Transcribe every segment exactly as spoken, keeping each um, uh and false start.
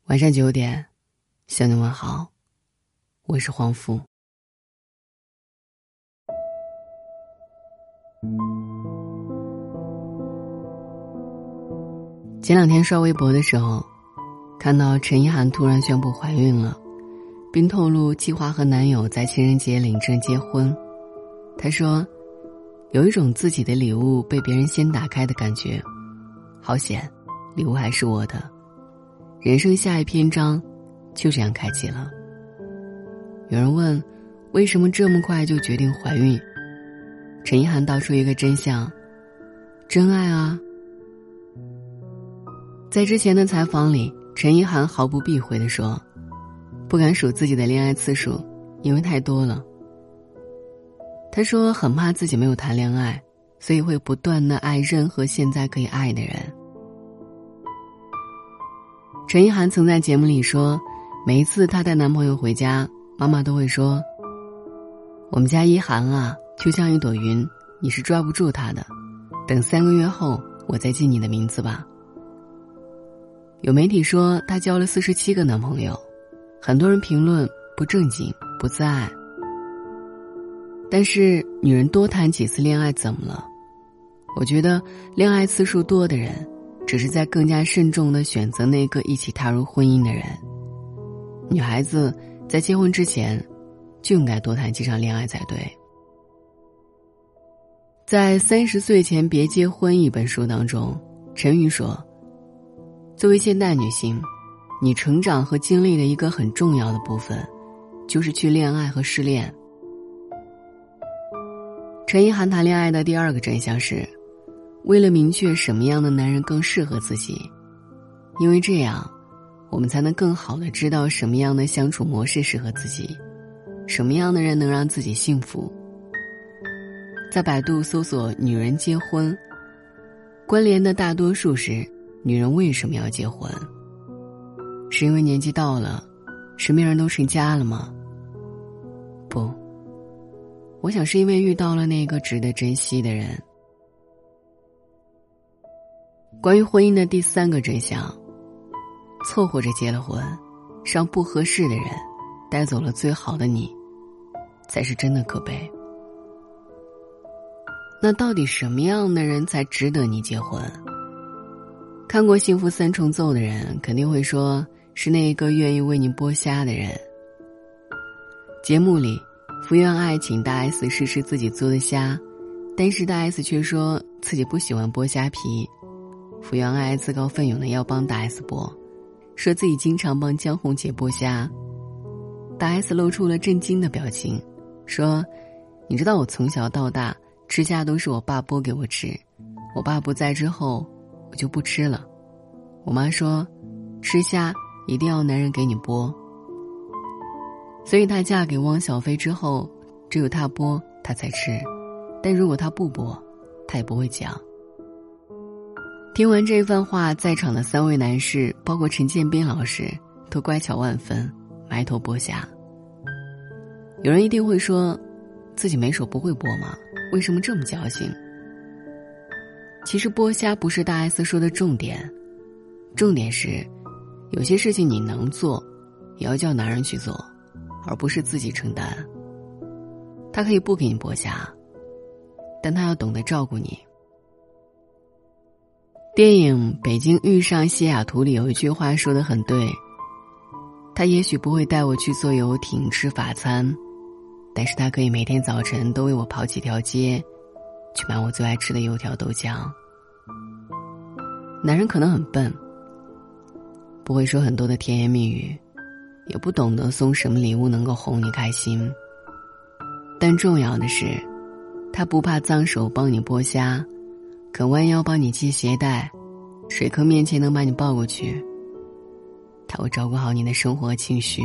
晚上九点，向你问好，我是黄甫。前两天刷微博的时候，看到陈意涵突然宣布怀孕了，并透露计划和男友在情人节领证结婚。她说，有一种自己的礼物被别人先打开的感觉，好险，礼物还是我的。人生下一篇章就这样开启了。有人问，为什么这么快就决定怀孕？陈意涵道出一个真相，真爱啊。在之前的采访里，陈意涵毫不避讳地说，不敢数自己的恋爱次数，因为太多了。她说很怕自己没有谈恋爱，所以会不断地爱任何现在可以爱的人。陈意涵曾在节目里说，每一次她带男朋友回家，妈妈都会说，我们家一涵啊，就像一朵云，你是抓不住它的，等三个月后我再记你的名字吧。有媒体说她交了四十七个男朋友，很多人评论不正经不自爱。但是女人多谈几次恋爱怎么了？我觉得恋爱次数多的人只是在更加慎重地选择那个一起踏入婚姻的人。女孩子在结婚之前就应该多谈几场恋爱才对。在三十岁前别结婚一本书当中，陈宇说，作为现代女性，你成长和经历的一个很重要的部分就是去恋爱和失恋。陈意涵谈恋爱的第二个真相是，为了明确什么样的男人更适合自己，因为这样我们才能更好地知道什么样的相处模式适合自己，什么样的人能让自己幸福。在百度搜索女人结婚，关联的大多数是女人为什么要结婚？是因为年纪到了，身边人都成家了吗？不，我想是因为遇到了那个值得珍惜的人。关于婚姻的第三个真相，凑合着结了婚，让不合适的人带走了最好的你，才是真的可悲。那到底什么样的人才值得你结婚？看过《幸福三重奏》的人肯定会说，是那个愿意为你剥虾的人。节目里，福原爱请大 S 试试自己做的虾，但是大 S 却说自己不喜欢剥虾皮。福原爱自告奋勇的要帮大 S 剥，说自己经常帮江宏杰剥虾。大 S 露出了震惊的表情，说，你知道我从小到大吃虾都是我爸剥给我吃，我爸不在之后我就不吃了。我妈说，吃虾一定要男人给你剥。所以她嫁给汪小菲之后，只有她剥她才吃，但如果她不剥，她也不会讲。听完这番话，在场的三位男士包括陈建斌老师都乖巧万分，埋头剥虾。有人一定会说，自己没手不会剥吗？为什么这么矫情？其实剥虾不是大 S 说的重点，重点是有些事情你能做，也要叫男人去做，而不是自己承担。他可以不给你剥虾，但他要懂得照顾你。电影《北京遇上西雅图》里有一句话说得很对，他也许不会带我去坐游艇吃法餐，但是他可以每天早晨都为我跑几条街，去买我最爱吃的油条豆浆。男人可能很笨，不会说很多的甜言蜜语，也不懂得送什么礼物能够哄你开心，但重要的是，他不怕脏手帮你剥虾，肯弯腰帮你系鞋带，水坑面前能把你抱过去，他会照顾好你的生活和情绪。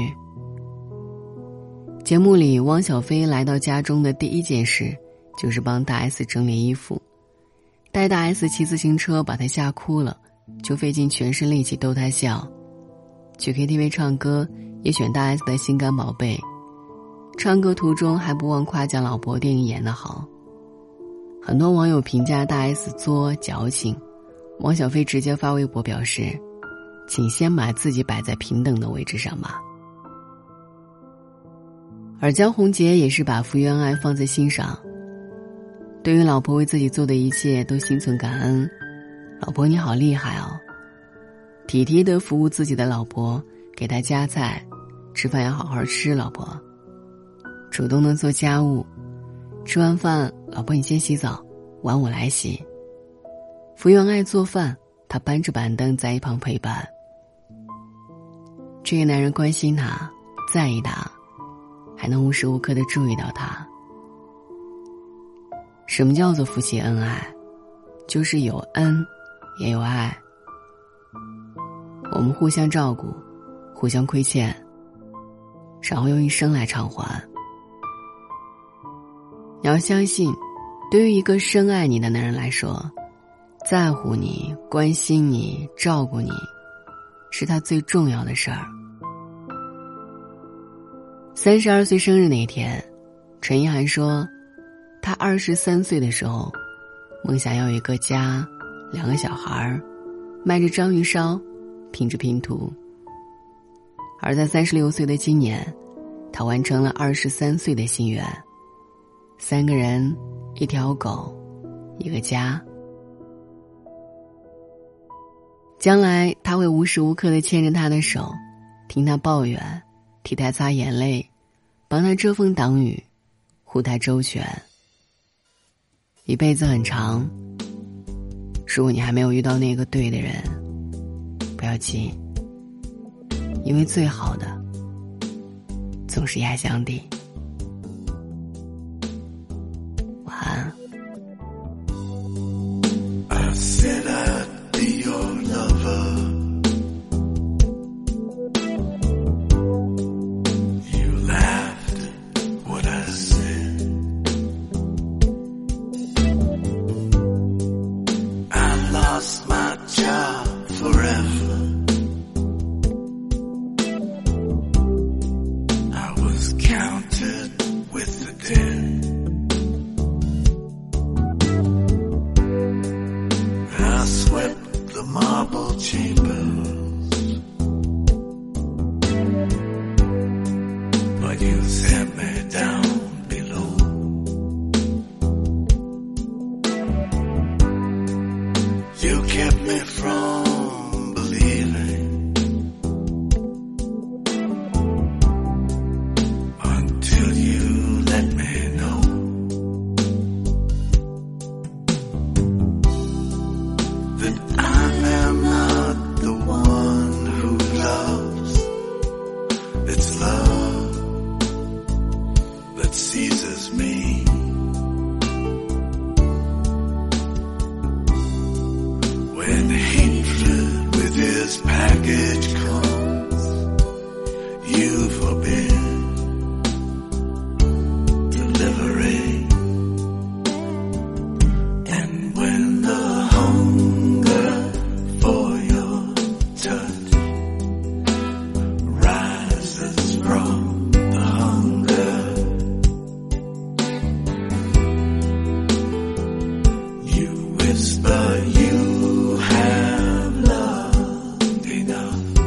节目里，汪小菲来到家中的第一件事就是帮大 S 整理衣服，带大 S 骑自行车把她吓哭了，就费尽全身力气逗她笑。去 K T V 唱歌也选大 S 的心肝宝贝，唱歌途中还不忘夸奖老婆电影演得好。很多网友评价大 S 作矫情，汪小菲直接发微博表示， 请先把自己摆在平等的位置上吧。而江宏杰也是把福原爱放在心上，对于老婆为自己做的一切都心存感恩。老婆你好厉害哦，体贴地服务自己的老婆，给她夹菜，吃饭要好好吃，老婆主动地做家务，吃完饭老婆你先洗澡，碗我来洗。福原爱做饭，他搬着板凳在一旁陪伴。这个男人关心她，在意她，还能无时无刻地注意到她。什么叫做夫妻恩爱？就是有恩也有爱，我们互相照顾，互相亏欠，然后用一生来偿还。你要相信，对于一个深爱你的男人来说，在乎你，关心你，照顾你，是他最重要的事儿。三十二岁生日那天，陈意涵说，他二十三岁的时候，梦想要有一个家，两个小孩，卖着章鱼烧，拼着拼图。而在三十六岁的今年，他完成了二十三岁的心愿，三个人，一条狗，一个家。将来他会无时无刻地牵着他的手，听他抱怨，替他擦眼泪，帮他遮风挡雨，护他周全。一辈子很长，如果你还没有遇到那个对的人，不要急，因为最好的总是压箱底。晚安。I said I'd be your lover. You laughed at what I said. I lost my job forever. I was counted with the dead. I swept the marble chambers, but you set me down below. You kept me from believing until you let me know that I am not the one who loves. It's love that seizes me. When hatred with his package comes, you forbid delivery. And when the hunger for your touch rises from the hunger, you whisper you have loved enough.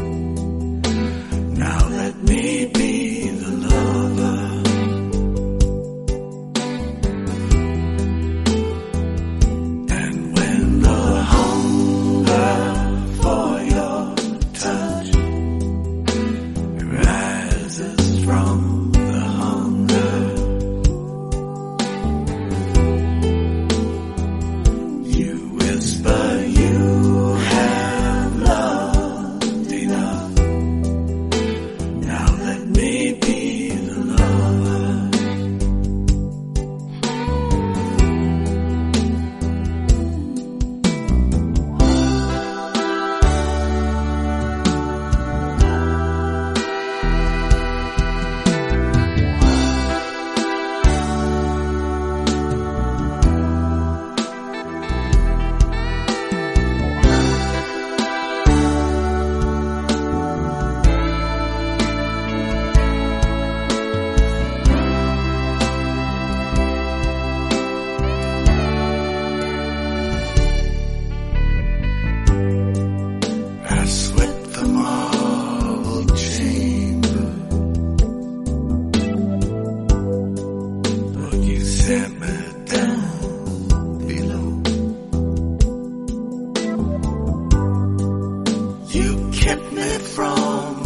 kept me from